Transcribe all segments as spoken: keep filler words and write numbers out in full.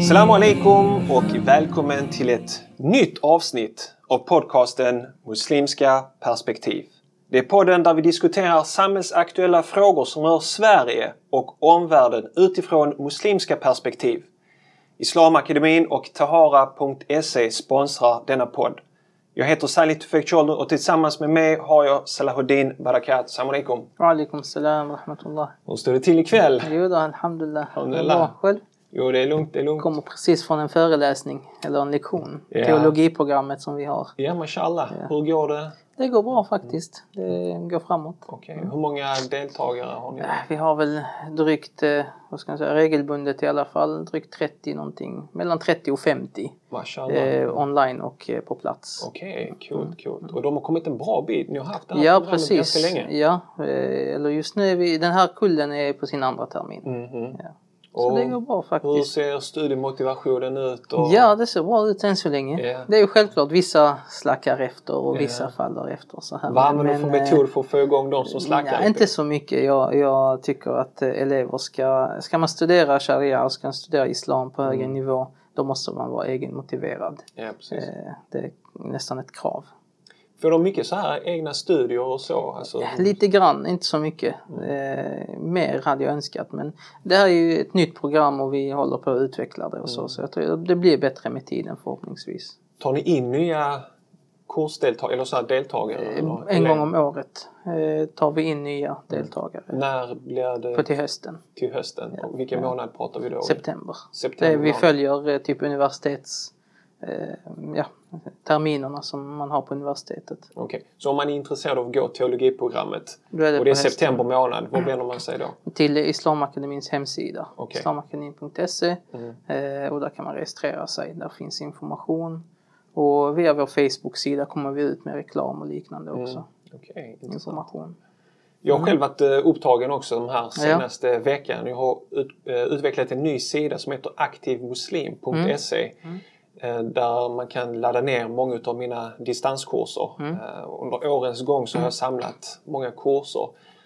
Assalamu alaikum och välkommen till ett nytt avsnitt av podcasten Muslimska perspektiv. Det är podden där vi diskuterar samhällsaktuella frågor som rör Sverige och omvärlden utifrån muslimska perspektiv. Islamakademin och tahara punkt se sponsrar denna podd. Jag heter Salih Tufekcioglu och tillsammans med mig har jag Salahuddin Barakat. Assalamu alaikum. Wa alaikum salam rahmatullah. Hur står det till ikväll? Jo då, alhamdulillah. Alhamdulillah. Själv? Jo, det är lugnt, det är lugnt. Kommer precis från en föreläsning eller en lektion. Ja. Teologiprogrammet som vi har. Ja, mashallah. Ja. Hur går det? Det går bra faktiskt. Det går framåt. Okej. Okay. Hur många deltagare har ni? Vi har väl drygt, vad ska jag säga, regelbundet i alla fall, drygt trettio någonting. Mellan trettio och femtio. Mashallah. Eh, online och eh, på plats. Okej, okay, coolt, coolt. Och de har kommit en bra bit. Ni har haft det här ja, programmet precis. ganska länge. Ja, eh, eller just nu är vi, den här kullen är på sin andra termin. Mm-hmm. Ja. Så och det går bra faktiskt. Hur ser studiemotivationen ut? Och... Ja, det ser bra ut än så länge. Yeah. Det är ju självklart vissa slackar efter och Yeah. vissa faller efter. Så här. Vad använder du för Men, metod för att få igång de som slackar? Ja, inte så mycket. Jag, jag tycker att elever ska, ska man studera sharia och ska man studera islam på högre mm. nivå, då måste man vara egenmotiverad. Ja, precis. Det är nästan ett krav. Får de mycket så här egna studier och så? Alltså... Lite grann, inte så mycket. Mm. Eh, mer hade jag önskat. Men det här är ju ett nytt program och vi håller på att utveckla det och så. Mm. Så jag tror det blir bättre med tiden förhoppningsvis. Tar ni in nya kursdeltagare eller så här deltagare? Eh, eller? En gång om året eh, tar vi in nya deltagare. Mm. När blir det? På till hösten. Till hösten. Ja. Och vilken ja. månad pratar vi då? September. September. Det, vi följer eh, typ universitets... Eh, ja, terminerna som man har på universitetet. Okej, okay. Så om man är intresserad av att gå teologiprogrammet det och det är september månad, vad vänder man sig då? Till Islamakademins hemsida, okay. islamakademin punkt se mm. eh, och där kan man registrera sig, där finns information och via vår Facebook-sida kommer vi ut med reklam och liknande också. Mm. Okay, information. Jag har själv varit upptagen också de här senaste ja. veckan. Jag har ut, utvecklat en ny sida som heter aktivmuslim punkt se mm. Mm. där man kan ladda ner många av mina distanskurser. Mm. Under årens gång så har jag samlat många kurser.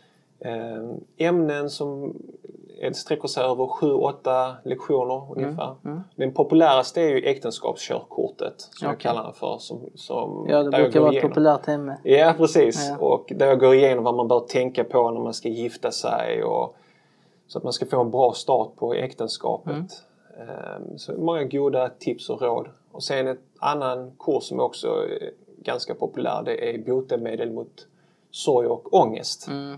Ämnen som sträcker sig över sju åtta lektioner ungefär. Mm. Mm. Den populäraste är ju äktenskapskörkortet som okay. jag kallar det för. Som, som ja, det brukar vara ett populärt ämne. Ja, precis. Ja. Och där jag går igenom vad man bör tänka på när man ska gifta sig. Och, så att man ska få en bra start på äktenskapet. Mm. Så många goda tips och råd. Och sen ett annan kurs som också är ganska populär, det är botemedel mot sorg och ångest. Mm.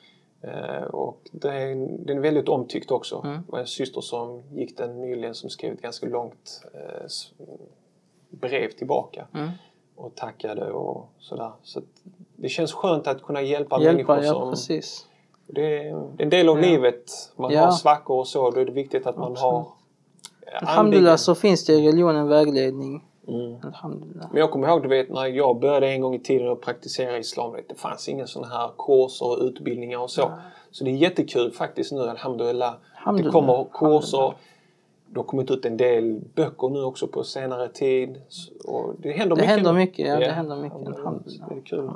Och det är, den är väldigt omtyckt också. Mm. Det var en syster som gick den nyligen som skrev ett ganska långt eh, brev tillbaka. Mm. Och tackade och sådär. Så det känns skönt att kunna hjälpa, hjälpa människor som... Ja, precis. Det är en del av ja. livet. Man ja. har svackor och så. Då är det viktigt att man Absolut. har Alhamdulillah så finns det i religionen vägledning. Mm. Men jag kommer ihåg, du vet, när jag började en gång i tiden att praktisera islam, det fanns ingen sån här kurser och utbildningar och så. Ja. Så det är jättekul faktiskt nu, alhamdulillah. alhamdulillah. Det kommer kurser, det har kommit ut en del böcker nu också på senare tid. Och det händer det mycket. Händer mycket ja, det händer mycket. Alhamdulillah. Det är kul.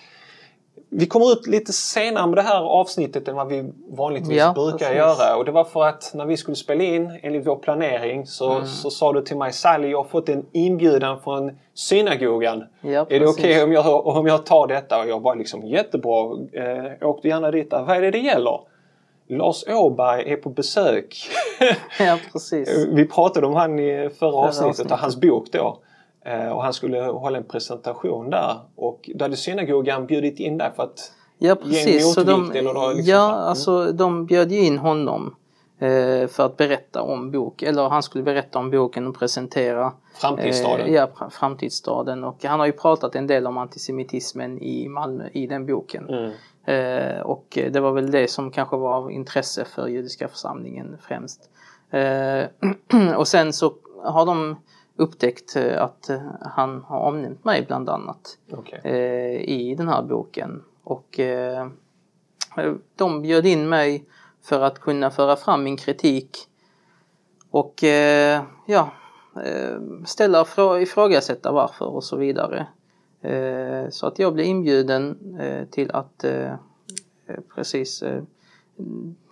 Vi kommer ut lite senare med det här avsnittet än vad vi vanligtvis ja, brukar precis. göra. Och det var för att när vi skulle spela in enligt vår planering så, mm. så sa du till mig, Sally, jag har fått en inbjudan från synagogan. Ja, är det okej okay om, jag, om jag tar detta? Och jag var liksom jättebra. Eh, åkte gärna dit där. Vad är det det gäller? Lars Åberg är på besök. Ja, precis. Vi pratade om han i förra, förra avsnittet, avsnittet och hans bok då. Och han skulle hålla en presentation där. Och då hade synagogan bjudit in där för att ja, precis. ge en så de, liksom ja, mm. alltså de bjöd ju in honom eh, för att berätta om bok. Eller han skulle berätta om boken och presentera Framtidsstaden. Eh, ja, Framtidsstaden. Och han har ju pratat en del om antisemitismen i Malmö i den boken. Mm. Eh, och det var väl det som kanske var av intresse för judiska församlingen främst. Eh, och sen så har de upptäckt att han har omnämnt mig bland annat okay. eh, i den här boken. Och eh, de bjöd in mig för att kunna föra fram min kritik och eh, ja, eh, ställa frå- ifrågasätta varför och så vidare. Eh, så att jag blev inbjuden eh, till att eh, precis eh,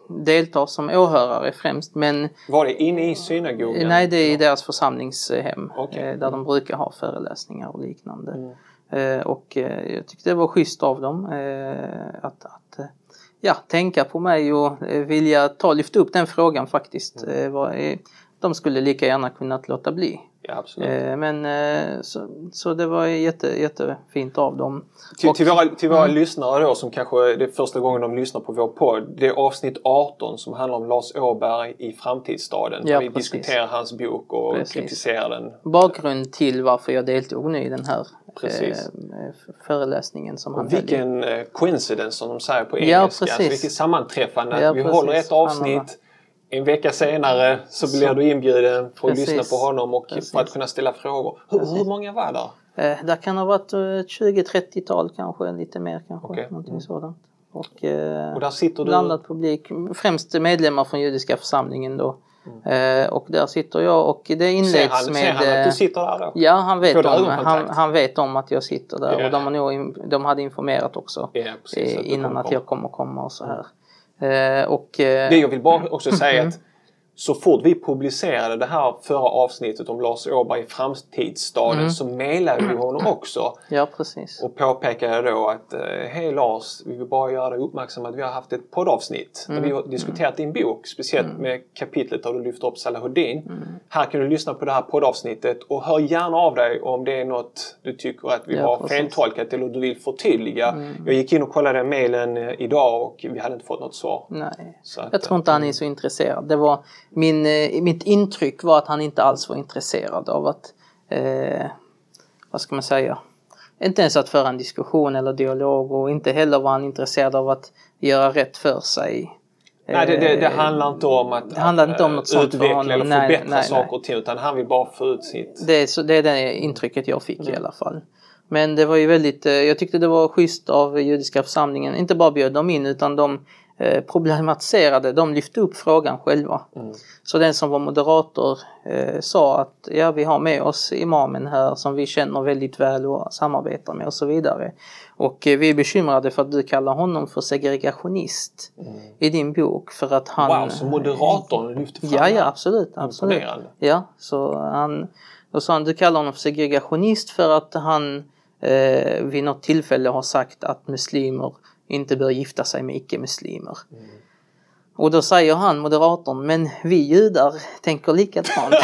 deltar som åhörare främst. Men, var det inne i synagogan? Nej, det är i deras församlingshem. Okay. Där de brukar ha föreläsningar och liknande. Mm. Eh, och eh, jag tyckte det var schysst av dem eh, att, att eh, ja, tänka på mig och eh, vilja ta lyfta upp den frågan faktiskt. Mm. Eh, vad är, de skulle lika gärna kunnat låta bli. Ja, absolut. Eh, men eh, så, så det var jätte, jättefint av dem. Till, och, till våra, till våra mm. lyssnare då, som kanske det är första gången de lyssnar på vår podd. Det är avsnitt arton som handlar om Lars Åberg i Framtidsstaden. Ja, vi precis. diskuterar hans bok och precis. kritiserar den. Bakgrund till varför jag deltog nu i den här eh, föreläsningen som han och vilken höll. coincidence som de säger på engelska. Ja, precis. Alltså, vilket sammanträffande. Ja, vi precis. håller ett avsnitt. En vecka senare så, så blir du inbjuden för att precis. lyssna på honom och precis. för att kunna ställa frågor. Hur, hur många var där? Eh, där kan ha varit eh, tjugo trettio-tal kanske, lite mer kanske. Okay. Någonting mm. sådant. Och, eh, och där sitter du... blandad publik, främst medlemmar från judiska församlingen då. Mm. Eh, och där sitter jag och det inleds ser han, med... Ser han att du sitter där då? Ja, han vet, om, han, han vet om att jag sitter där. Yeah. Och de, har nog, de hade informerat också yeah, precis, eh, att innan att jag kommer komma och så här. Eh, och, eh, det jag vill bara också säga att så fort vi publicerade det här förra avsnittet om Lars Åberg i Framtidsstaden mm. så mejlade vi honom också. Ja, precis. Och påpekade då att hej Lars, vi vill bara göra dig uppmärksam att vi har haft ett poddavsnitt mm. där vi har diskuterat din bok, speciellt mm. med kapitlet där du lyfter upp Salahuddin. Mm. Här kan du lyssna på det här poddavsnittet och hör gärna av dig om det är något du tycker att vi ja, har precis. feltolkat eller du vill förtydliga. Mm. Jag gick in och kollade mejlen idag och vi hade inte fått något svar. Nej, så att, jag tror inte han är så intresserad. Det var Min, mitt intryck var att han inte alls var intresserad av att, eh, vad ska man säga, inte ens att föra en diskussion eller dialog och inte heller var han intresserad av att göra rätt för sig. Nej, det, det, det handlar inte om att, det handlar inte om något sånt utveckla för honom. eller nej, förbättra nej, saker nej. och ting utan han vill bara få ut sitt... Det är, så, det är det intrycket jag fick mm. i alla fall. Men det var ju väldigt, jag tyckte det var schysst av judiska församlingen, inte bara bjöd de in utan de problematiserade, de lyfte upp frågan själva. Mm. Så den som var moderator eh, sa att ja, vi har med oss imamen här som vi känner väldigt väl och samarbetar med och så vidare. Och eh, vi är bekymrade för att du kallar honom för segregationist mm. i din bok för att han... Wow, så moderatorn lyfte fram Ja, ja, absolut. absolut. Ja, så han, då sa han, du kallar honom för segregationist för att han eh, vid något tillfälle har sagt att muslimer inte bör gifta sig med icke-muslimer. Mm. Och då säger han, moderatorn, men vi judar tänker likadant.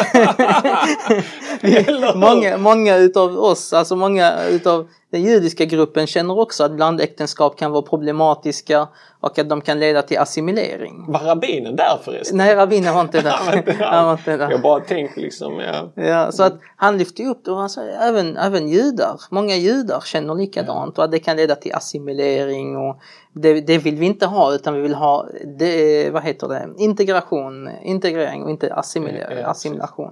många, många utav oss, alltså många utav den judiska gruppen känner också att blandäktenskap kan vara problematiska och att de kan leda till assimilering. Var rabbinen där förresten? Nej, rabbinen var inte där. han var inte där. Han var inte där. Jag bara tänkte liksom, ja. Ja, så att han lyfte upp det och han sa, även, även judar, många judar känner likadant ja. och att det kan leda till assimilering och det, det vill vi inte ha utan vi vill ha, det, vad heter det, integration, integrering och inte assimilering, ja, ja, assimilation.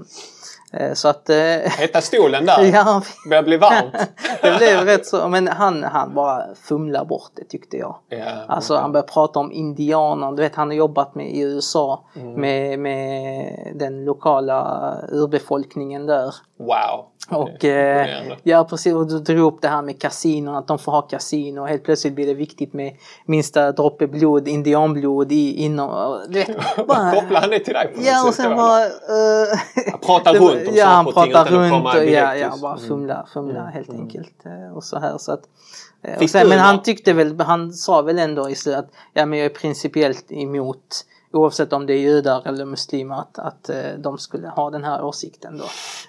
Så att... Heta stolen där. Ja, börjar bli varmt. Det blev rätt så. Men han, han bara fumlar bort det tyckte jag. Ja, alltså okay. Han började prata om indianer. Du vet han har jobbat med i U S A. Mm. Med, med den lokala urbefolkningen där. Wow. Och eh, ja precis, och du drog upp det här med kasinon, att de får ha kasino och helt plötsligt blir det viktigt med minsta droppe blod, indianblod i, inom du vet, bara, kopplar han det till dig på ja något och sätt sen bara uh, han pratar det, runt om ja, han saker och ting pratar runt och ja, ja, bara mm. fumla, fumla mm. helt mm. enkelt och så här så att och sen, men han tyckte väl, han sa väl ändå i slutet att ja men jag är principiellt emot oavsett om det är judar eller muslimer att, att de skulle ha den här åsikten då.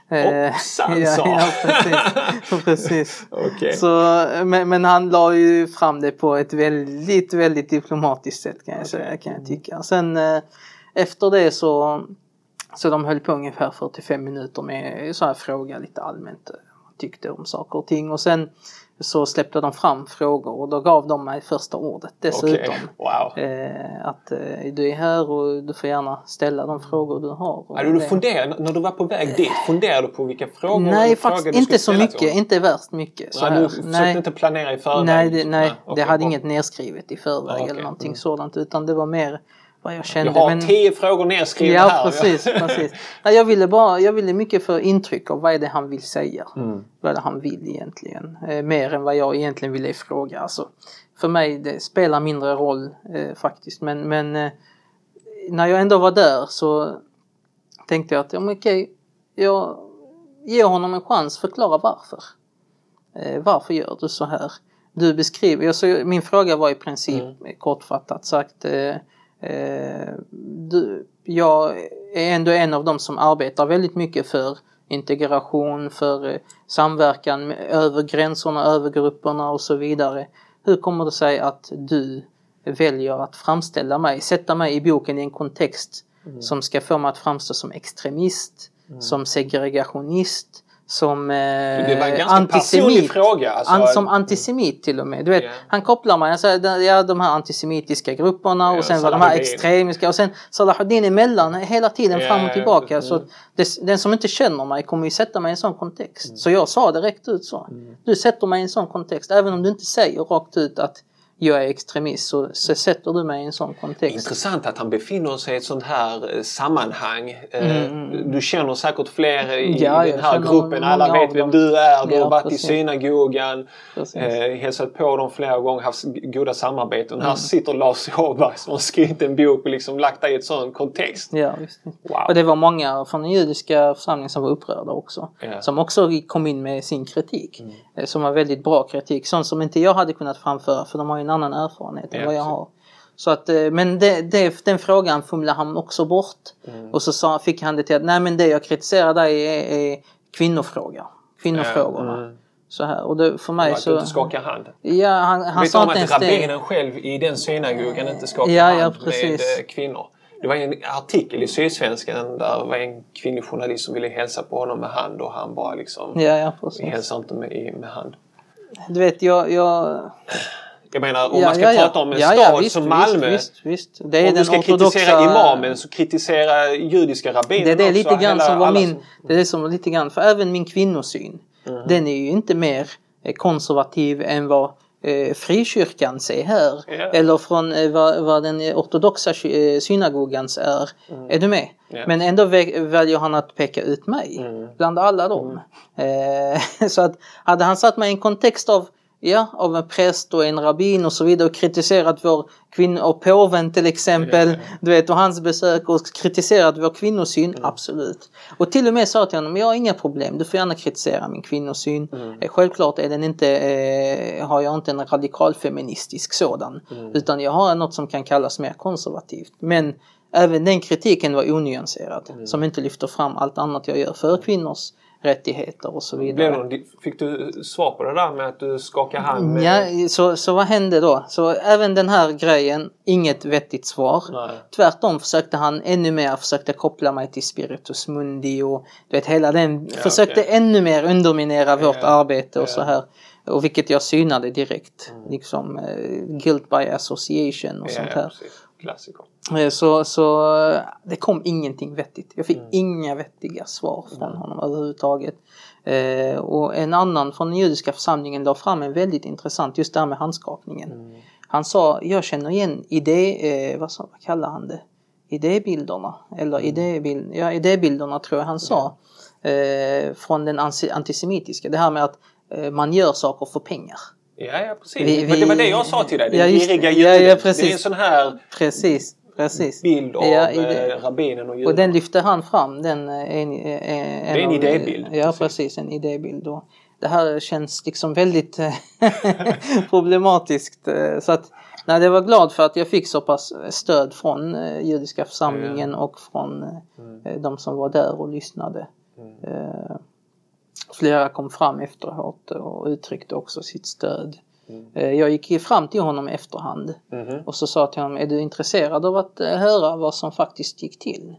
Hoppsan ja, ja, precis. precis. Okay. Så, men, men han la ju fram det på ett väldigt, väldigt diplomatiskt sätt kan jag, okay. säga, kan jag tycka. Sen efter det så, så de höll på ungefär fyrtiofem minuter med så här fråga lite allmänt tyckte om saker och ting och sen så släppte de fram frågor och då gav de mig första ordet dessutom. Okay. Wow. Eh, att eh, du är här och du får gärna ställa de frågor du har. Ja, du funderar, när du var på väg dit, funderar du på vilka frågor nej, faktiskt inte så mycket, inte värst mycket. Så nej, här. Du försökte nej. inte planera i förväg? Nej, det, nej, nej okay, det hade bra. inget nedskrivet i förväg okay. eller någonting mm. sådant utan det var mer vad jag kände. Jag har men... tio frågor nedskrivna ja, här. Precis, precis. Nej, jag ville bara, jag ville mycket för intryck av vad är det han vill säga. Mm. Vad är det han vill egentligen. Eh, mer än vad jag egentligen ville fråga. Alltså, för mig det spelar mindre roll eh, faktiskt. Men, men eh, när jag ändå var där så tänkte jag att ja, men okej, jag ger honom en chans, förklara varför. Eh, varför gör du så här? Du beskriver, jag så, min fråga var i princip mm. kortfattat sagt, eh, eh, du, jag är ändå en av dem som arbetar väldigt mycket för integration, för eh, samverkan med, över gränserna, över grupperna och så vidare. Hur kommer det sig att du väljer att framställa mig, sätta mig i boken i en kontext mm. som ska få mig att framstå som extremist, mm. som segregationist, som eh, det var en ganska antisemit fråga, alltså, an, som antisemit till och med. Du vet, yeah. han kopplar mig, alltså, ja, de här antisemitiska grupperna och yeah, sen var de här extremiska och sen Salahuddin emellan hela tiden yeah, fram och tillbaka. Yeah. Så det, den som inte känner mig kommer ju sätta mig i en sån kontext. Mm. Så jag sa direkt ut så. Mm. Du sätter mig i en sån kontext, även om du inte säger rakt ut att jag är extremist, så, så sätter du mig i en sån kontext. Intressant att han befinner sig i ett sånt här sammanhang. Mm. Du känner säkert fler i ja, den här gruppen. Alla vet vem du är. Du ja, har varit precis. i synagogan. Eh, hälsat på dem flera gånger. Haft goda samarbeten. Mm. Här sitter Lars Åberg som har skrivit en bok och liksom lagt dig i ett sån kontext. Ja, visst. Wow. Och det var många från den judiska församlingen som var upprörda också. Ja. Som också kom in med sin kritik. Mm. Som var väldigt bra kritik. Sånt som inte jag hade kunnat framföra. För de har ju en annan erfarenhet än ja, vad jag har. Så att, men det, det, den frågan fumlar han också bort. Mm. Och så sa, fick han det till att nej, men det jag kritiserar dig är, är kvinnofråga. Kvinnofrågorna. Mm. Så här. Och det, för mig så... Du inte skakar hand. Ja, han, han vet sa om att rabbinen själv i den synagogan inte skakar ja, hand ja, med kvinnor. Det var en artikel i Sydsvenskan där var en kvinnlig journalist som ville hälsa på honom med hand och han bara liksom... Ja, ja, precis. Hälsar inte med, med hand. Du vet, jag... jag... Jag menar, om ja, man ska ja, ja. prata om en ja, stad ja, visst, som Malmö. Visst, visst, visst. Det är om den du ska ortodoxa... kritisera imamen så kritisera judiska rabbiner. Det är det lite grann som var min... Som... Det är det som var lite grann... För även min kvinnosyn. Mm. Den är ju inte mer konservativ än vad eh, frikyrkans är här. Yeah. Eller från eh, vad, vad den ortodoxa eh, synagogans är. Mm. Är du med? Yeah. Men ändå vä- väljer han att peka ut mig. Mm. Bland alla dem. Mm. Eh, så att hade han satt mig i en kontext av ja, av en präst och en rabbin och så vidare och kritiserat vår kvinno och påven till exempel, yeah. du vet, och hans besök och kritiserat vår kvinnosyn, mm. absolut. Och till och med sa till honom, jag har inga problem, du får gärna kritisera min kvinnosyn. Mm. Eh, självklart är den inte, eh, har jag inte en radikal feministisk sådan, mm. utan jag har något som kan kallas mer konservativt. Men även den kritiken var onyanserad, mm. som inte lyfter fram allt annat jag gör för kvinnors rättigheter och så vidare. Blev det, fick du svar på det där med att du skakade hand med... Ja, så, så vad hände då? Så även den här grejen, inget vettigt svar. Nej. Tvärtom försökte han ännu mer, försökte koppla mig till Spiritus Mundi och du vet, hela den, ja, försökte okay. ännu mer underminera vårt ja, arbete och ja. så här. Och vilket jag synade direkt. Mm. Liksom uh, guilt by association och ja, sånt här. Ja, precis. Klassiker. Så, så det kom ingenting vettigt. Jag fick mm. inga vettiga svar från mm. honom överhuvudtaget. Eh, och en annan från den judiska församlingen la fram en väldigt intressant, just det här med handskakningen. Mm. Han sa, jag känner igen idé, eh, vad, så, vad kallar han det? Idébilderna. Eller mm. idébild, ja, idébilderna tror jag han sa. Eh, från den antisemitiska. Det här med att eh, man gör saker för pengar. Ja, ja, precis. Vi, vi, men det var det jag sa till dig. Det ja, giriga ja, ja, precis. Det är en sån här precis, precis. bild av ja, ide- rabbinen och judarna. Och den lyfte han fram. Den, en, en, det är en av, idébild. Ja, precis. precis. En idébild. Och det här känns liksom väldigt problematiskt. Så att, nej, jag var glad för att jag fick så pass stöd från judiska församlingen mm. och från mm. de som var där och lyssnade. Mm. Flera kom fram efteråt och uttryckte också sitt stöd. Mm. Jag gick fram till honom efterhand mm. och så sa till honom, är du intresserad av att höra vad som faktiskt gick till?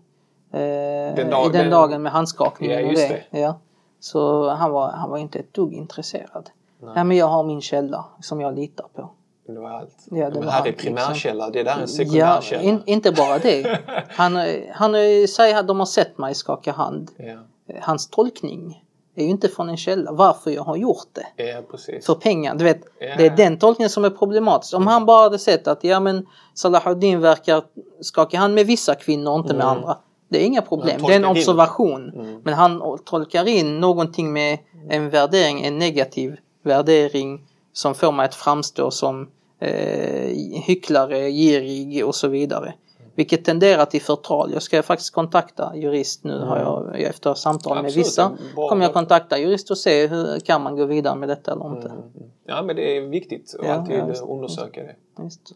Den dag, I den, den dagen med handskakningen ja, och det. det. Ja. Så han var, han var inte ett dugg intresserad. Ja, men jag har min källa som jag litar på. Det var allt. Ja, det men var här allt, är primärkälla, liksom. Det där är en Ja, sekundärkälla. in, inte bara det. Han, han säger att de har sett mig skaka hand. Ja. Hans tolkning är ju inte från en källa. Varför jag har gjort det. Ja, precis. För pengar. Du vet, ja. det är den tolkningen som är problematisk. Om mm. han bara hade sett att ja, men Salahuddin verkar skaka hand med vissa kvinnor och inte mm. med andra. Det är inga problem. Det är en observation. Mm. Men han tolkar in någonting med en värdering, en negativ värdering som får mig att framstå som eh, hycklare, girig och så vidare. Vilket tenderar till förtal. Jag ska faktiskt kontakta jurist nu. Mm. Har jag, efter samtal med Absolut. vissa kommer jag kontakta jurist och se hur kan man gå vidare med detta eller inte. Mm. Ja, men det är viktigt att ja, alltid ja, undersöka det. Just.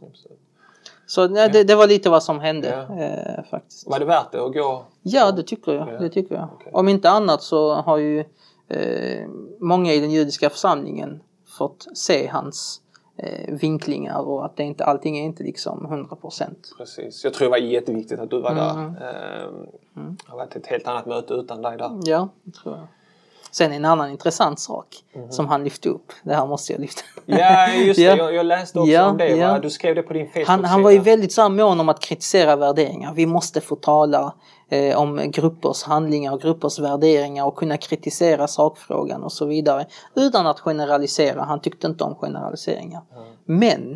Så nej, det, det var lite vad som hände ja. eh, faktiskt. Var det värt det att gå? Ja, det tycker jag. Ja. Det tycker jag. Okay. Om inte annat så har ju eh, många i den judiska församlingen fått se hans eh, vinklingar och att det inte, allting är inte liksom hundra procent. Precis. Jag tror det var jätteviktigt att du var mm. där. Eh, mm. Det har varit ett helt annat möte utan dig där. Ja, det tror jag. Sen en annan intressant sak mm-hmm. som han lyfte upp. Det här måste jag lyfta. Ja, just det. ja. Jag, jag läste också ja, om det. Ja. Du skrev det på din Facebook-sida. Han, han var ju väldigt mån om att kritisera värderingar. Vi måste få tala eh, om gruppers handlingar och gruppers värderingar och kunna kritisera sakfrågan och så vidare. Utan att generalisera. Han tyckte inte om generaliseringar. Mm. Men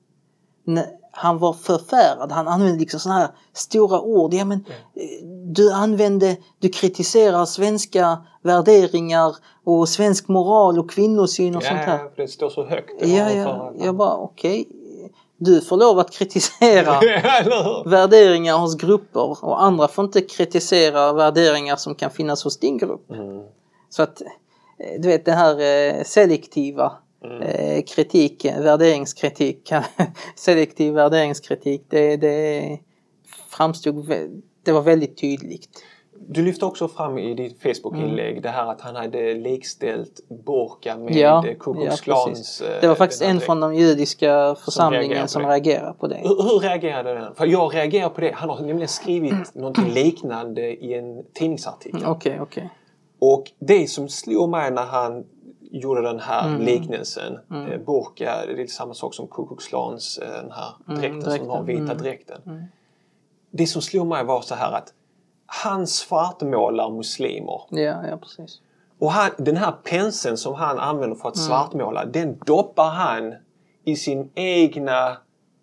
ne- han var förfärad. Han använde liksom såna här stora ord. Ja, men mm. du använde, du kritiserar svenska värderingar och svensk moral och kvinnosyn och ja, sånt här. Ja, det står så högt. Ja, ja. Jag bara, okej. Okay. Du får lov att kritisera värderingar hos grupper och andra får inte kritisera värderingar som kan finnas hos din grupp. Mm. Så att, du vet, det här selektiva Mm. Eh, kritik, värderingskritik selektiv värderingskritik det, det framstod, det var väldigt tydligt. Du lyfte också fram i ditt Facebook-inlägg mm. det här att han hade likställt Burka med ja, Ku Klux Klans. Ja, det var faktiskt en från de judiska församlingen som reagerade på det. Hur, hur reagerade den? För jag reagerar på det. Han har nämligen skrivit mm. något liknande i en tidningsartikel. Okej, mm, okej. Okay, okay. Och det som slog mig när han gjorde den här mm. liknelsen. Mm. Eh, Burka, det är lite samma sak som Ku Klux Klans, eh, den här dräkten, mm, dräkten. som har vita mm. dräkten. Mm. Det som slog mig var så här att han svartmålar muslimer. Ja, ja precis. Och han, den här penseln som han använder för att mm. svartmåla, den doppar han i sin egna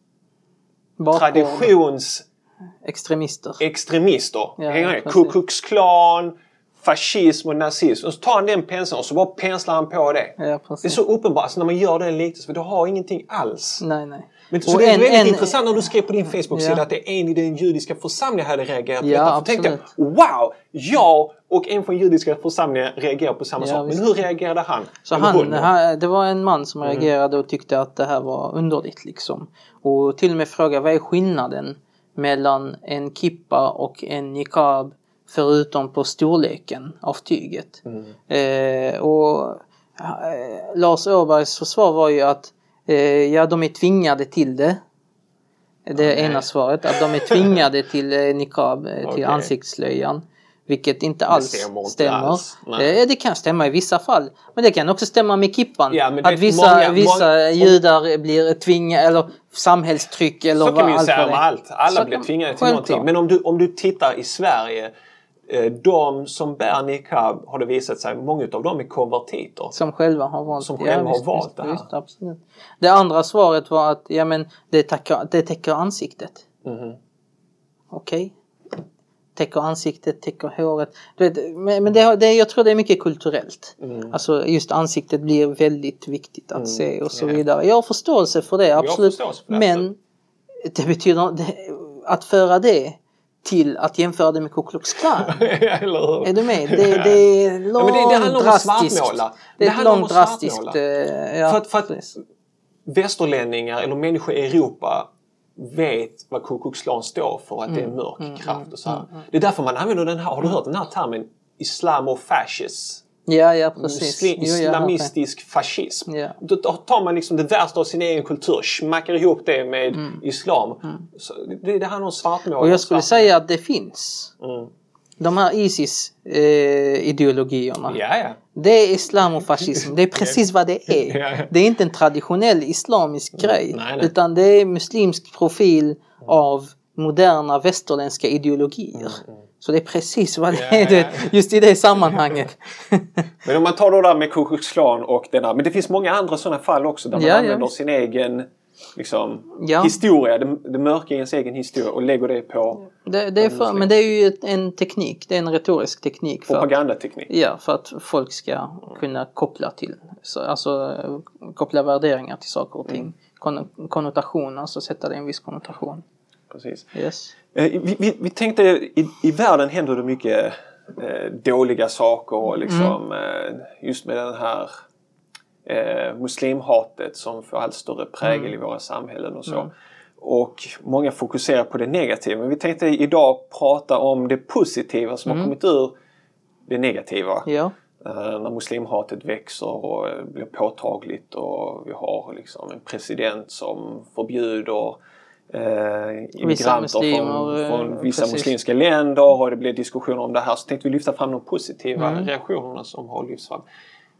Bakgård. traditions extremister. Extremister. Ja, Ku Klux Klan, fascism och nazism. Och så tar han den penseln och så bara penslar han på det. Ja, det är så uppenbart alltså, när man gör den liknelse, för du har ingenting alls. Nej, nej. Men, så och det är en, väldigt en, intressant när du skrev på din Facebook-sida ja. att det är en i den judiska församlingen hade reagerat på ja, detta. För tänkte wow, jag och en från judiska församlingen reagerar på samma ja, sak. Men hur reagerade han? Så han, han, det var en man som mm. reagerade och tyckte att det här var underligt liksom. Och till och med frågade, vad är skillnaden mellan en kippa och en niqab förutom på storleken av tyget? Mm. Eh, och eh, Lars Åbergs försvar var ju att ja, de är tvingade till det. Det är okay. ena svaret. Att de är tvingade till eh, niqab, till okay. ansiktslöjan. Vilket inte alls stämmer. stämmer. Alls. Eh, det kan stämma i vissa fall. Men det kan också stämma med kippan. Ja, att vissa, många, vissa många, judar blir tvingade, eller samhällstryck. Eller så kan man ju säga om allt. Alla så blir tvingade till någonting. Klart. Men om du, om du tittar i Sverige, de som bär niqab har det visat sig, många av dem är konvertiter. Som själva har valt, som själva ja, har visst, valt visst, det här. Visst, absolut. Det andra svaret var att ja, men det, täcker, det täcker ansiktet. Mm-hmm. Okej. Okay. Täcker ansiktet, täcker håret. Du vet, men men det, det, jag tror det är mycket kulturellt. Mm. Alltså just ansiktet blir väldigt viktigt att mm. se och så yeah. vidare. Jag har förståelse för det, absolut. För det, men det betyder det, att föra det till att jämföra det med Ku Klux Klan. Är du med? Det, det är långt ja, men det, det handlar drastiskt. Om att det är det långt drastiskt. Uh, ja, för att, för att västerlänningar eller människor i Europa vet vad Ku Klux Klan står för, att mm, det är mörk mm, kraft och så här. Mm, mm. Det är därför man använder den här, har du hört den här termen islamofascism? Ja, ja, precis. Muslim, islamistisk jo, fascism. Ja. Då tar man liksom det värsta av sin egen kultur, smackar ihop det med mm. islam. Mm. Så det, det handlar om svartmål. Och jag skulle säga att det finns. Mm. De här ISIS-ideologierna. Eh, ja, ja. Det är islamofascism. Det är precis vad det är. Ja, ja. Det är inte en traditionell islamisk mm. grej. Nej, nej. Utan det är muslimsk profil mm. av moderna västerländska ideologier. Mm, mm. Så det är precis vad det ja, är, ja. just i det sammanhanget. Men om man tar då där med Ku Klux Klan och den där, men det finns många andra sådana fall också där man ja, använder ja. sin egen liksom, ja. historia, det, det mörka i ens egen historia och lägger det på. Det, det är för, men det är ju en teknik, det är en retorisk teknik. För, propagandateknik. Ja, för att folk ska kunna koppla till, så, alltså koppla värderingar till saker och ting. Mm. Kon, konnotation, alltså sätta det i en viss konnotation. precis. Yes. Vi, vi, vi tänkte, i, i världen händer det mycket eh, dåliga saker liksom, mm. eh, just med den här eh, muslimhatet som får allt större prägel mm. i våra samhällen och så. Mm. Och många fokuserar på det negativa. Men vi tänkte idag prata om det positiva som mm. har kommit ur det negativa. Ja. Uh, när muslimhatet växer och uh, blir påtagligt och vi har liksom en president som förbjuder uh, immigranter från, från vissa precis. muslimska länder och det blir diskussioner om det här. Så tänkte vi lyfta fram de positiva mm. reaktionerna som har lyfts fram.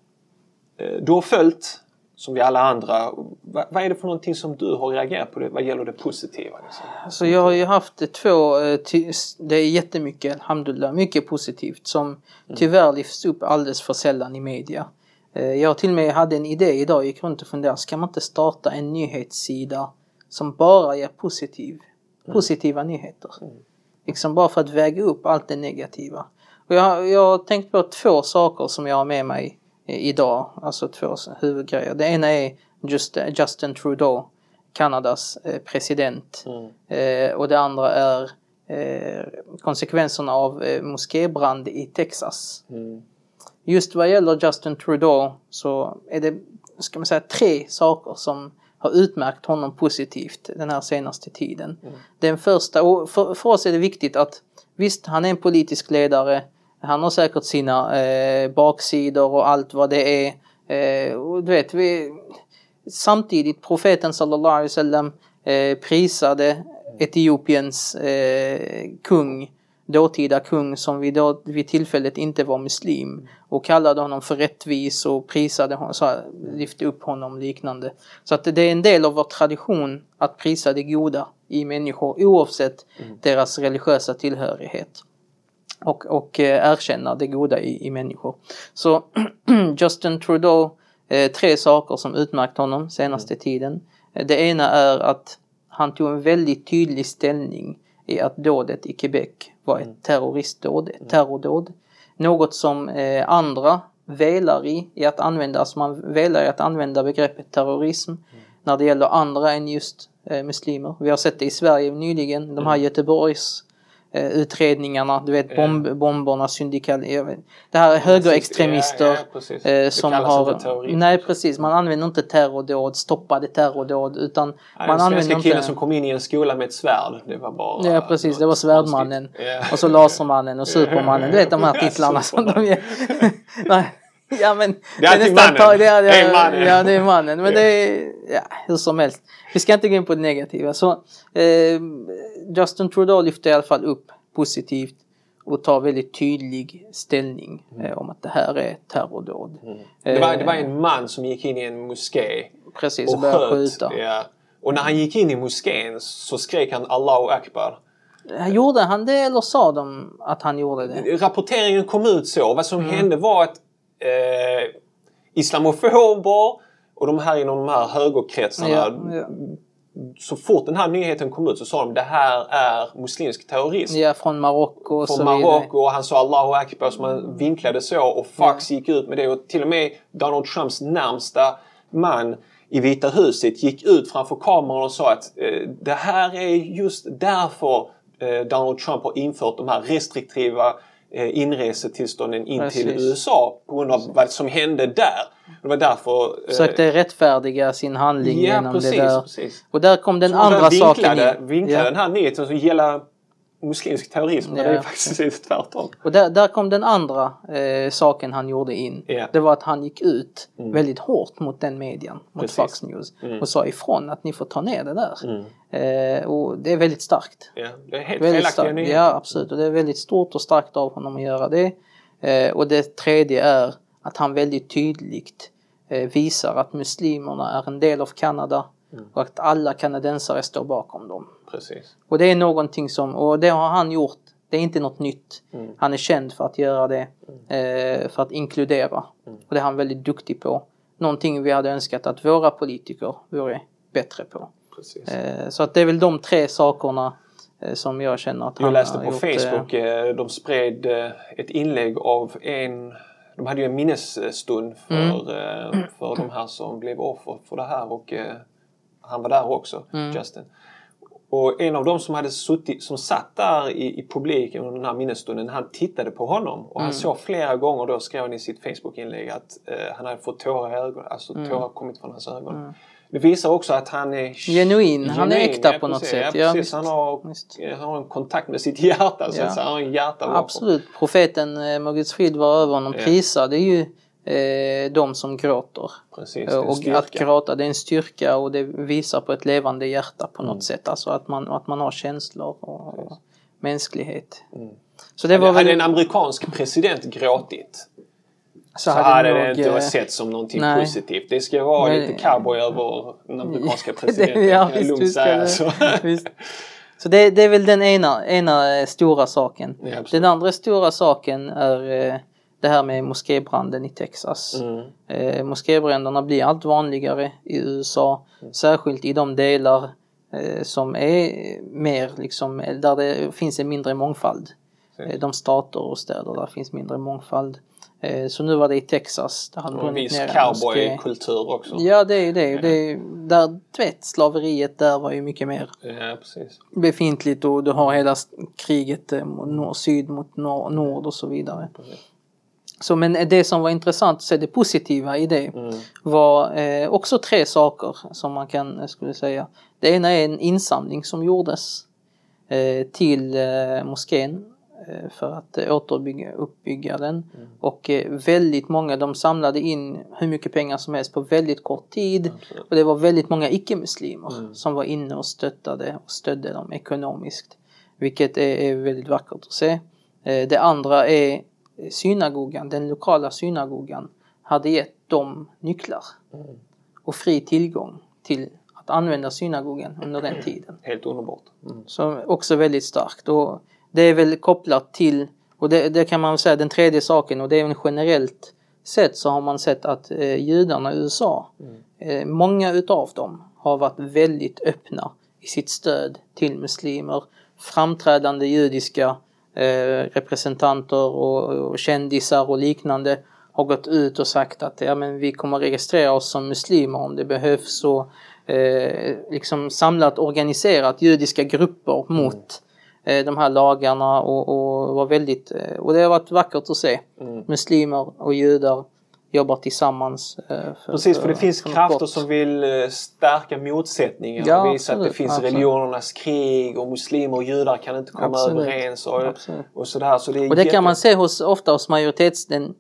Uh, du har följt, som vi alla andra, vad, vad är det för någonting som du har reagerat på det, vad gäller det positiva? Liksom? Alltså jag har ju haft två, det är jättemycket, alhamdulillah, mycket positivt som tyvärr lyfts upp alldeles för sällan i media. Jag till och med hade en idé idag, gick runt och funderade, ska man inte starta en nyhetssida som bara ger positiv, positiva mm. nyheter? Mm. Liksom bara för att väga upp allt det negativa. Och jag, jag har tänkt på två saker som jag har med mig idag, alltså två huvudgrejer. Det ena är just Justin Trudeau, Kanadas eh, president. Mm. Eh, och det andra är eh, konsekvenserna av eh, moskébrand i Texas. Mm. Just vad gäller Justin Trudeau så är det, ska man säga, tre saker som har utmärkt honom positivt den här senaste tiden. Mm. Den första, och för, för oss är det viktigt att visst, han är en politisk ledare. Han har säkert sina eh, baksidor och allt vad det är. Eh, och du vet, vi, samtidigt profeten sallallahu alaihi wasallam eh, prisade Etiopiens eh, kung, dåtida kung som vid, då, vid tillfället inte var muslim. Och kallade honom för rättvis och prisade honom, så här, lyfte upp honom liknande. Så att det är en del av vår tradition att prisa det goda i människor oavsett mm. deras religiösa tillhörighet. Och, och eh, erkänna det goda i, i människor. Så Justin Trudeau, eh, tre saker som utmärkt honom senaste mm. tiden. Det ena är att han tog en väldigt tydlig ställning i att dådet i Quebec var ett terroristdåd, ett terrordåd. Något som eh, andra velar i, i att använda, alltså man velar i att använda begreppet terrorism mm. när det gäller andra än just eh, muslimer. Vi har sett det i Sverige nyligen, de här mm. Göteborgs Uh, utredningarna, du vet, bomb, yeah. bomberna, syndikal, det här är högerextremister ja, ja, uh, som har, nej precis, man använder inte terrordåd, stoppade terrordåd, utan nej, man använder inte killen som kom in i en skola med ett svärd, det var bara ja precis, det var svärdmannen yeah. och så lasermannen och supermannen, du vet de här titlarna som de ger. Nej. Ja men det är alltid mannen. Ta, det är, det är, det är mannen. Ja det är mannen. Men det är ja, hur som helst. Vi ska inte gå in på det negativa. Så eh, Justin Trudeau lyfter i alla fall upp positivt och tar väldigt tydlig ställning eh, mm. om att det här är terrordåd. Mm. Det, var, det var en man som gick in i en moské. Precis, och började skjuta. Ja. Och när han gick in i moskén så skrek han Allahu Akbar. Gjorde han det eller sa de att han gjorde det? Rapporteringen kom ut så. Vad som mm. hände var att Eh, islamofober och de här inom de här högerkretsarna ja, ja. så fort den här nyheten kom ut så sa de det här är muslimsk terrorism. Ja, från Marocko och från så Marocko och han sa Allahu Akbar som man vinklade så och Fox ja. gick ut med det och till och med Donald Trumps närmsta man i Vita huset gick ut framför kameran och sa att eh, det här är just därför eh, Donald Trump har infört de här restriktiva inresetillstånden in Precis. till U S A på grund av vad som hände där. Det var därför... Försökte eh, rättfärdiga sin handling ja, genom precis, det där. Precis. Och där kom den så andra vinklade, saken in. Vinklade ja. den här nyheten som gäller muslimsk terrorism. Ja. Det är faktiskt tvärtom. Och där, där kom den andra eh, saken han gjorde in. Ja. Det var att han gick ut mm. väldigt hårt mot den medien. Mot Precis. Fox News. Mm. Och sa ifrån att ni får ta ner det där. Mm. Eh, och det är väldigt starkt. Ja, det är helt väldigt felaktiga nyheter. Ja, absolut. Och det är väldigt stort och starkt av honom att göra det. Eh, och det tredje är att han väldigt tydligt eh, visar att muslimerna är en del av Kanada mm. och att alla kanadensare står bakom dem. Precis. Och det är någonting som, och det har han gjort, det är inte något nytt. Mm. Han är känd för att göra det, mm. eh, för att inkludera. Mm. Och det är han väldigt duktig på. Någonting vi hade önskat att våra politiker vore bättre på. Precis. Eh, så att det är väl de tre sakerna som jag känner att han jag läste har på gjort, Facebook eh, de spred eh, ett inlägg av en de hade ju en minnesstund för, mm. eh, för de här som blev offer för det här och eh, han var där också, mm. Justin. Och en av dem som hade suttit, som satt där i, i publiken under den här minnesstunden, han tittade på honom. Och han mm. såg flera gånger då, skrev han i sitt Facebook-inlägg att eh, han hade fått tårar i ögonen. Alltså mm. tårar kommit från hans ögon. Mm. Det visar också att han är genuin. genuin. Han är äkta ja, på något sätt. Ja, precis. Ja, han, har, han har en kontakt med sitt hjärta. Så ja. att säga. Han har en hjärta Absolut. Bakom. Profeten eh, Moritz Fried var över honom. Ja. Prisar, det är ju eh, de som gråter. Precis, och att gråta, det är en styrka och det visar på ett levande hjärta på något mm. sätt. Alltså att man, att man har känslor och, och mänsklighet. Mm. Så det var hade väl... en amerikansk president gråtit, så, så hade, hade det nog, inte varit sett som någonting nej. positivt. Det ska vara men, lite cowboy över den amerikanska presidenten. det, ja, visst, visst, säga, så visst. Så det, det är väl den ena, ena stora saken. Ja, den andra stora saken är det här med moskébranden i Texas. Mm. Eh, moskébränderna blir allt vanligare i U S A. Mm. Särskilt i de delar eh, som är mer liksom, där det finns en mindre mångfald. Eh, de stater och städer där finns mindre mångfald. Eh, så nu var det i Texas. Där hade och en viss cowboykultur också. Ja, det är det. Ja. det är, där, du vet, slaveriet där var ju mycket mer ja, precis. befintligt. Och du har hela kriget eh, nord, syd mot nord, nord och så vidare. Precis. Så, men det som var intressant att se det positiva i det mm. var eh, också tre saker som man kan skulle säga. Det ena är en insamling som gjordes eh, till eh, moskén eh, för att eh, återbygga uppbygga den. Mm. Och eh, väldigt många, de samlade in hur mycket pengar som helst på väldigt kort tid. Mm. Och det var väldigt många icke-muslimer mm. som var inne och stöttade och stödde dem ekonomiskt. Vilket är, är väldigt vackert att se. Eh, det andra är synagogan, den lokala synagogan hade gett dem nycklar mm. och fri tillgång till att använda synagogan under den tiden. Helt underbart. Mm. Så också väldigt starkt. Och det är väl kopplat till, och det, det kan man säga den tredje saken, och det är en generellt sett så har man sett att eh, judarna i U S A, mm. eh, många utav dem har varit väldigt öppna i sitt stöd till muslimer. Framträdande judiska Eh, representanter och, och kändisar och liknande har gått ut och sagt att ja, men vi kommer registrera oss som muslimer om det behövs och eh, liksom samlat organiserat judiska grupper mot eh, de här lagarna och, och var väldigt eh, och det har varit vackert att se mm. muslimer och judar jobbar tillsammans. Eh, för, Precis, för, för det finns för krafter som vill eh, stärka motsättningar ja, och visa absolut, att det finns absolut. religionernas krig och muslimer och judar kan inte komma absolut. överens och, och sådär. Så det, är och det jätte... kan man se hos, ofta hos majoritets, den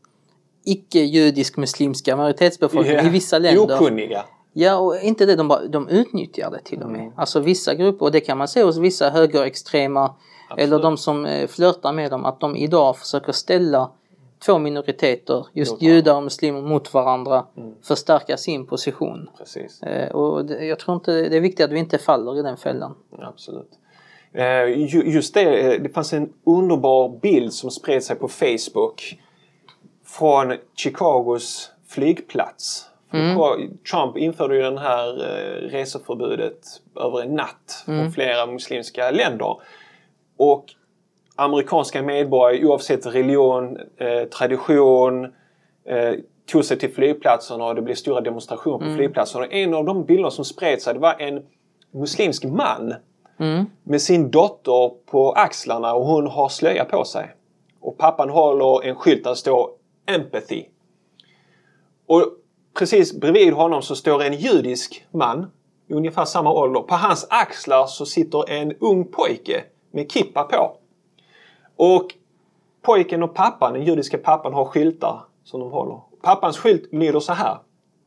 icke-judisk-muslimska majoritetsbefolkningen yeah. i vissa länder. Okunniga. Ja, och inte det, de, bara, de utnyttjar det till och med. Mm. Alltså vissa grupper, och det kan man se hos vissa högerextrema absolut. eller de som eh, flörtar med dem, att de idag försöker ställa två minoriteter, just judar och muslimer mot varandra, mm. förstärka sin position. Precis. Eh, och det, jag tror inte det är viktigt att vi inte faller i den fällan. Absolut. Eh, just det, det fanns en underbar bild som spred sig på Facebook från Chicagos flygplats. Mm. Trump införde ju den här eh, reseförbudet över en natt mm. från flera muslimska länder. Och amerikanska medborgare oavsett religion, eh, tradition eh, tog sig till flygplatserna och det blev stora demonstrationer på mm. flygplatserna. Och en av de bilder som spred sig, det var en muslimsk man mm. med sin dotter på axlarna och hon har slöja på sig. Och pappan håller en skylt där det står empathy. Och precis bredvid honom så står en judisk man i ungefär samma ålder. På hans axlar så sitter en ung pojke med kippa på. Och pojken och pappan, den judiska pappan, har skyltar som de håller. Pappans skylt lyder så här.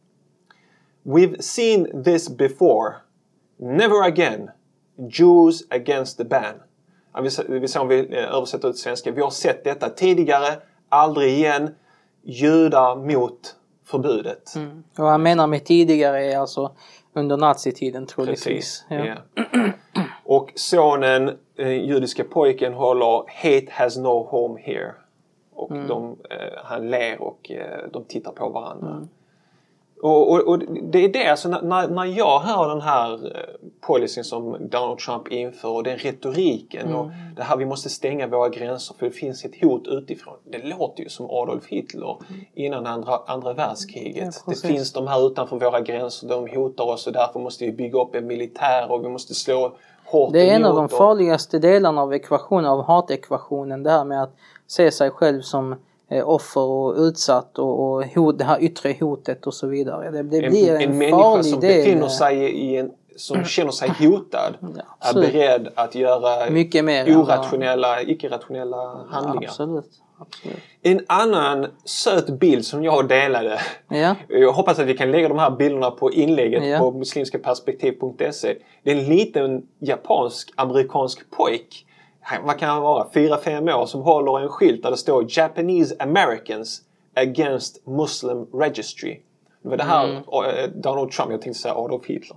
We've seen this before. Never again. Jews against the ban. Vi vill säga om vi översätter ut svenska. Vi har sett detta tidigare. Aldrig igen. Judar mot förbudet. Mm. Och han menar med tidigare är alltså under nazitiden troligtvis. Precis, ja. Yeah. Och sonen, eh, judiska pojken, håller Hate has no home here. Och mm. de, eh, han ler och eh, de tittar på varandra. Mm. Och, och, och det är det, alltså när, när jag hör den här eh, policyn som Donald Trump inför och den retoriken mm. och det här vi måste stänga våra gränser för det finns ett hot utifrån. Det låter ju som Adolf Hitler innan andra, andra världskriget. Ja, det finns de här utanför våra gränser, de hotar oss och därför måste vi bygga upp en militär och vi måste slå hårt Det är en av de emot och- farligaste delarna av ekvationen, av hatekvationen. Det här med att se sig själv som eh, offer och utsatt och, och hot, det här yttre hotet och så vidare. Det, det blir en, en, en människa farlig som del. befinner sig i en, som känner sig hotad Ja, är absolut. beredd att göra Mycket mer än vad- orationella, icke-rationella handlingar. Absolut. Absolut. En annan söt bild som jag delade. Ja. Jag hoppas att vi kan lägga de här bilderna på inlägget Ja. på muslimskaperspektiv punkt se. Det är en liten japansk-amerikansk pojk. Han- Vad kan han vara? fyra fem år som håller en skylt där det står Japanese Americans Against Muslim Registry. Det var det här Mm. eh, Donald Trump, jag tänkte säga Adolf Hitler.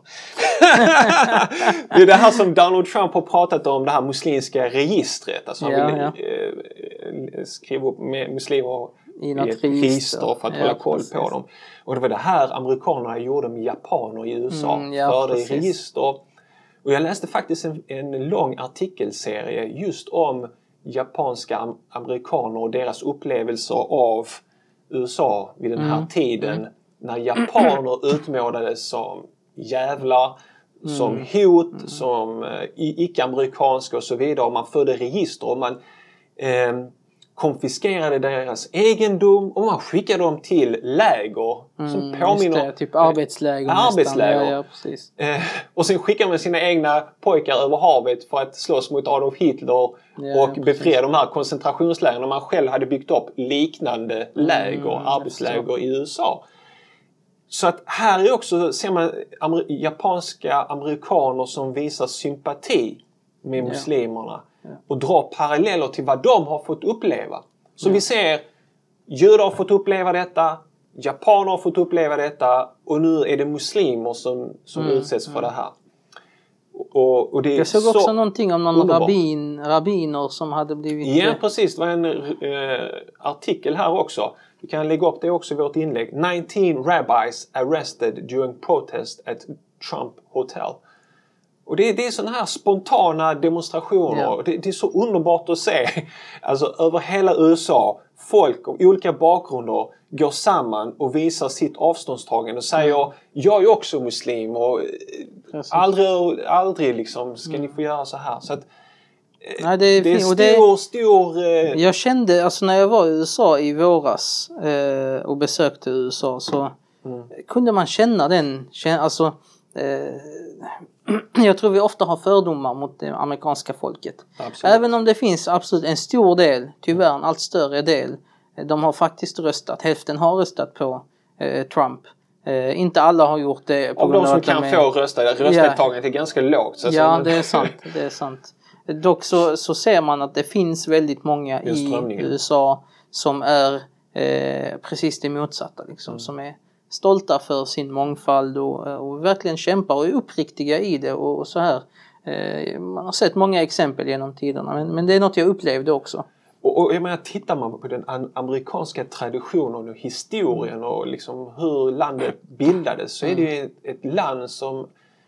Det är det här som Donald Trump har pratat om, det här muslimska registret. Alltså han Ja, vill ja. eh, skriva upp med muslimer I något i ett register. register för att Ja, hålla koll precis. på dem. Och det var det här amerikanerna gjorde med japaner i U S A. Mm, ja, förde i precis. register. Och jag läste faktiskt en, en lång artikelserie just om japanska am- amerikaner och deras upplevelser av U S A vid den här Mm. tiden. Mm. När japaner utmålades som jävlar, som Mm. hot, som eh, i- icke-amerikanska och så vidare. Och man förde register och man eh, konfiskerade deras egendom och man skickade dem till läger som Mm, påminner... just det, typ arbetsläger. eh, nästan. arbetsläger. Ja, ja, precis. Eh, och sen skickar man sina egna pojkar över havet för att slåss mot Adolf Hitler Ja, och ja, befria de här koncentrationslägren. Och man själv hade byggt upp liknande läger, Mm, jag arbetsläger förstår. i U S A. Så att här är också, ser man amer- japanska amerikaner som visar sympati med Ja. muslimerna Ja. och drar paralleller till vad de har fått uppleva. Så vi ser, judar har fått uppleva detta, japaner har fått uppleva detta och nu är det muslimer som, som Mm, utsätts för det här. Och, och det är Jag såg så också någonting om någon underbart. rabbin, rabbiner som hade blivit... Ja, precis. Det var en eh, artikel här också. Vi kan lägga upp det också i vårt inlägg. nineteen rabbis arrested during protest at Trump Hotel. Och det, det är sådana här spontana demonstrationer. Ja. Det, det är så underbart att se. Alltså över hela U S A. Folk av olika bakgrunder går samman och visar sitt avståndstagande och säger Mm. jag är också muslim och eh, Precis. aldrig, aldrig liksom ska Mm. ni få göra så här. Så att, Nej, det är, det är fin- stor, och det, stor... Eh, jag kände, alltså när jag var i U S A i våras eh, och besökte U S A så Mm. kunde man känna den, känna, alltså eh, jag tror vi ofta har fördomar mot det amerikanska folket. Absolut. Även om det finns absolut en stor del, tyvärr en allt större del, de har faktiskt röstat, hälften har röstat på eh, Trump. Eh, inte alla har gjort det på Av grund de av som att de kan är- få rösta, röstdeltagandet är ganska lågt. Så Ja, så, det är sant. Det är sant. Dock så, så ser man att det finns väldigt många Det är i strömningen. U S A som är eh, precis det motsatta. Liksom, Mm. Som är stolta för sin mångfald och, och verkligen kämpar och är uppriktiga i det. Och, och så här. Eh, man har sett många exempel genom tiderna. Men, men det är något jag upplevde också. och, och jag menar, tittar man på den an- amerikanska traditionen och historien och liksom hur landet bildades så är det ju ett, ett land som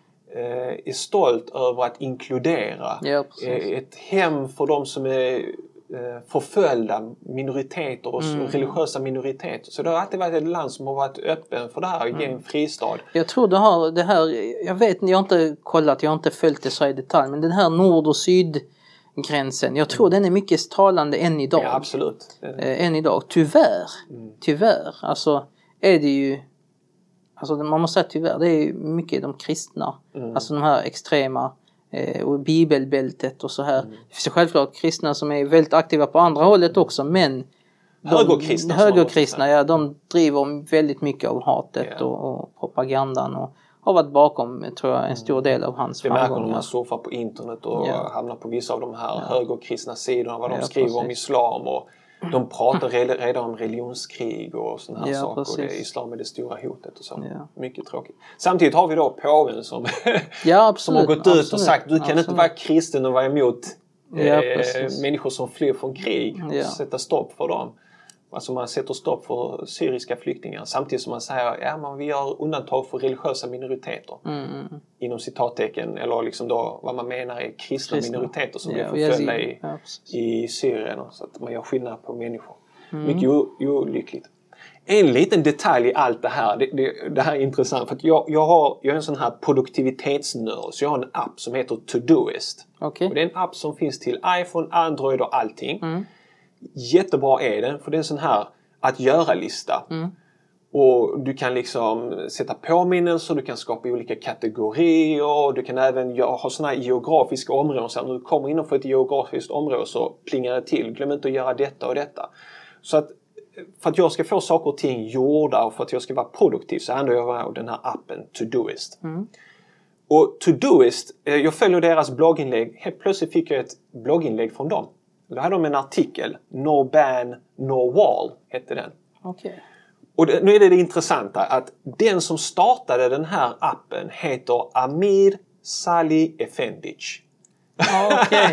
eh, är stolt över att inkludera. Ja, precis. Eh, ett hem för de som är eh, förföljda minoriteter och Mm. religiösa minoriteter. Så det har alltid varit ett land som har varit öppen för det här och ge en fristad. Jag tror det har det här, jag vet, jag har inte kollat, jag har inte följt det så i detalj. Men den här nord- och sydgränsen, jag tror den är mycket talande än idag. Ja, absolut. eh, än idag. Tyvärr, Mm. tyvärr, alltså är det ju, alltså man måste säga tyvärr, det är ju mycket de kristna, Mm. alltså de här extrema eh, och bibelbältet och så här. Mm. Det finns ju självklart kristna som är väldigt aktiva på andra hållet också, men de, Högerkristna, som man måste högerkristna, säga. ja, de driver väldigt mycket av hatet Ja. och, och propagandan och har varit bakom, tror jag, en stor del av hans Det märker när framgångar. man surfar på internet och Ja. hamnar på vissa av de här högerkristna sidorna. Vad de Ja, skriver om precis. islam och de pratar re- redan om religionskrig och sådana här Ja, saker. Och det, precis. islam är det stora hotet och så. Ja. Mycket tråkigt. Samtidigt har vi då påven som, Ja, som absolut. har gått ut absolut, och sagt du kan absolut. inte vara kristen och vara emot Ja, eh, precis. människor som flyr från krig. Ja. Sätta stopp för dem. Alltså man sätter stopp för syriska flyktingar samtidigt som man säger ja, men vi gör undantag för religiösa minoriteter. Mm, mm. Inom citattecken eller liksom då vad man menar är kristna, Kristna. minoriteter som Ja, och blir förföljda i, ja, precis. i Syrien. Så att man gör skillnad på människor. Mm. Mycket o- olyckligt. En liten detalj i allt det här, det, det, det här är intressant för att jag, jag, har, jag är en sån här produktivitetsnörd, så jag har en app som heter Todoist. Okay. Och det är en app som finns till iPhone, Android och allting. Mm. Jättebra är den, för det är en sån här att göra-lista. Mm. Och du kan liksom sätta påminnelser, du kan skapa olika kategorier, du kan även ha såna här geografiska områden. Så när du kommer innanför ett geografiskt område så plingar det till. Glöm inte att göra detta och detta. Så att för att jag ska få saker och ting gjorda och för att jag ska vara produktiv så använder jag den här appen Todoist. Mm. Och Todoist, jag följer deras blogginlägg. Helt plötsligt fick jag ett blogginlägg från dem. Då hade de en artikel. No ban, no wall hette den. Okay. Och det, nu är det det intressanta att den som startade den här appen heter Amir Salih Efendic. Okay.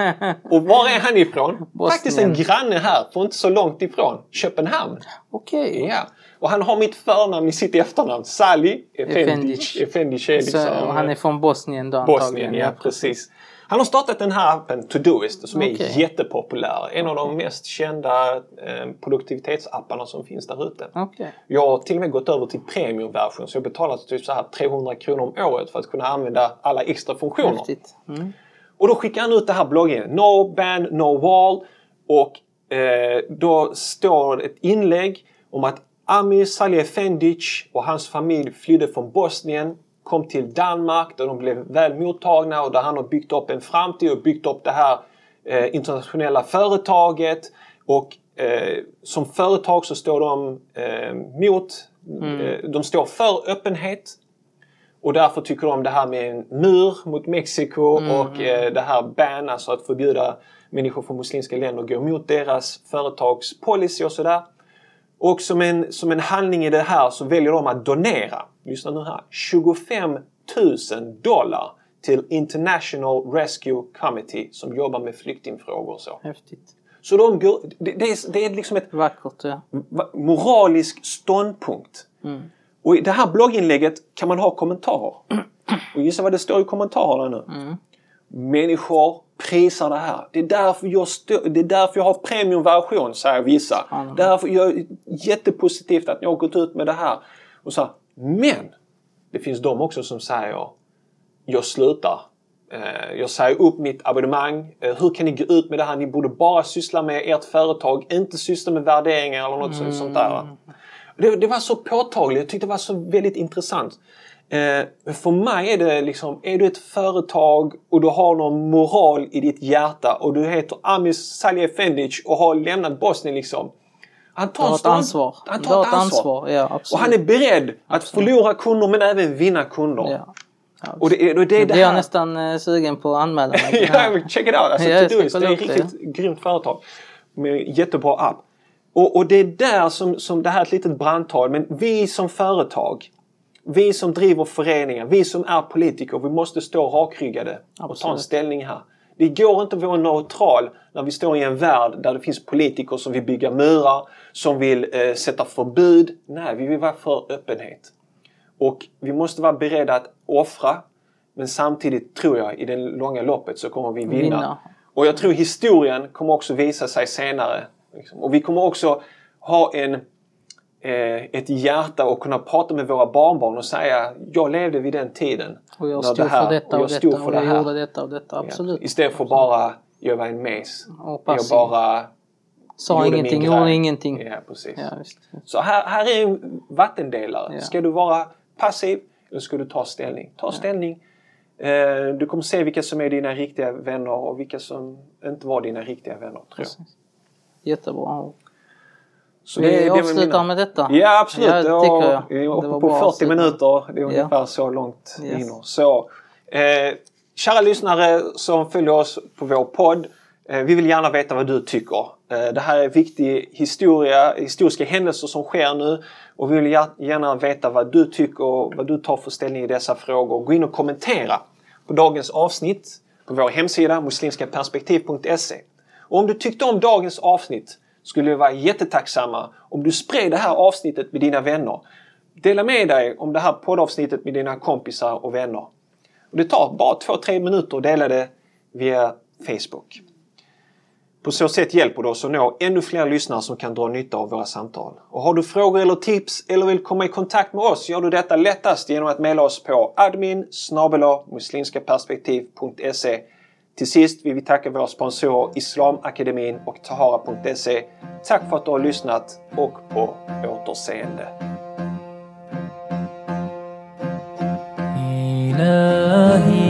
Och var är han ifrån? Bosnien. Faktiskt en granne här, för inte så långt ifrån. Köpenhamn. Okej. Okay. Ja. Och han har mitt förnamn i sitt efternamn. Salih Efendic. Efendic är liksom, så, han är från Bosnien då Bosnien, ja, precis. Han har startat den här appen Todoist som okay. är jättepopulär. En av de mest kända eh, produktivitetsapparna som finns där ute. Okay. Jag har till och med gått över till premiumversion så jag betalar typ så här trehundra kronor om året för att kunna använda alla extra funktioner. Mm. Och då skickar han ut det här bloggen. No ban, no wall. Och eh, då står ett inlägg om att Amir Salih Efendic och hans familj flydde från Bosnien, kom till Danmark där de blev väl mottagna och där han har byggt upp en framtid och byggt upp det här eh, internationella företaget. Och eh, som företag så står de eh, mot, mm. eh, de står för öppenhet. Och därför tycker de det här med en mur mot Mexiko mm. och eh, det här ban, alltså att förbjuda människor från muslimska länder att gå emot deras företagspolicy och sådär. Och som en, som en handling i det här så väljer de att donera, lyssna nu här, tjugofem tusen dollar till International Rescue Committee som jobbar med flyktingfrågor och så. Häftigt. Så de går, det, det, är, det är liksom ett vackert, ja. moralisk ståndpunkt. Mm. Och i det här blogginlägget kan man ha kommentarer. Och gissa vad det står i kommentarerna nu. Mm. Människor prisar det här. Det är därför jag, stö- det är därför jag har premiumversion, säger vissa. Mm. Därför jag är jättepositivt att jag har gått ut med det här. Och så här, men det finns de också som säger jag slutar. Jag säger upp mitt abonnemang. Hur kan ni gå ut med det här? Ni borde bara syssla med ert företag. Inte syssla med värderingar eller något mm. sånt där. Det, det var så påtagligt. Jag tyckte det var så väldigt intressant. Eh, för mig är det liksom, är du ett företag och du har någon moral i ditt hjärta och du heter Amir Salih Efendic och har lämnat Bosnien liksom. Han tar ett ansvar. Han tar ett ansvar. ansvar. Ja, absolut. Och han är beredd att absolut. förlora kunder men även vinna kunder. Ja. Och det, och det, det, det är jag nästan eh, sugen på att anmäla mig. Ja, check it out. Alltså, ja, Todoist, det är ett riktigt ja. grymt företag med jättebra app. Och, och det är där som, som det här är ett litet brandtal. Men vi som företag, vi som driver föreningar, vi som är politiker, vi måste stå rakryggade och ta en ställning här. Det går inte att vara neutral när vi står i en värld där det finns politiker som vill bygga murar, som vill eh, sätta förbud. Nej, vi vill vara för öppenhet. Och vi måste vara beredda att offra, men samtidigt tror jag i det långa loppet så kommer vi vinna. vinna. Och jag tror historien kommer också visa sig senare. Och vi kommer också ha en, eh, ett hjärta och kunna prata med våra barnbarn och säga jag levde vid den tiden. Och jag stod det här, för detta och, och, detta, och jag det gjorde detta och detta, absolut. Ja, istället för bara jag var en mes. Jag bara sa ingenting, gjorde ingenting. Ja, precis. Ja, visst. Så här, här är en vattendelare. Ja. Ska du vara passiv eller ska du ta ställning? Ta ja. ställning. Eh, du kommer se vilka som är dina riktiga vänner och vilka som inte var dina riktiga vänner, tror jag. Precis. Jättebra. Så vi det, det avslutar med detta. Ja, absolut. Ja, det tycker jag. Det var uppe på fyrtio minuter. Det är ungefär ja. så långt yes. in. Så, eh, kära lyssnare som följer oss på vår podd. Eh, vi vill gärna veta vad du tycker. Eh, det här är viktig historia, historiska händelser som sker nu. Och vi vill gärna veta vad du tycker och vad du tar för ställning i dessa frågor. Gå in och kommentera på dagens avsnitt på vår hemsida muslimska perspektiv punkt se. Och om du tyckte om dagens avsnitt skulle vi vara jättetacksamma om du spred det här avsnittet med dina vänner. Dela med dig om det här poddavsnittet med dina kompisar och vänner. Och det tar bara två, tre minuter att dela det via Facebook. På så sätt hjälper det oss att nå ännu fler lyssnare som kan dra nytta av våra samtal. Och har du frågor eller tips eller vill komma i kontakt med oss gör du detta lättast genom att mejla oss på admin snabel-a muslimskaperspektiv punkt se. Till sist vill vi tacka våra sponsorer Islamakademin och tahara punkt se. Tack för att du har lyssnat och på återseende. إلهي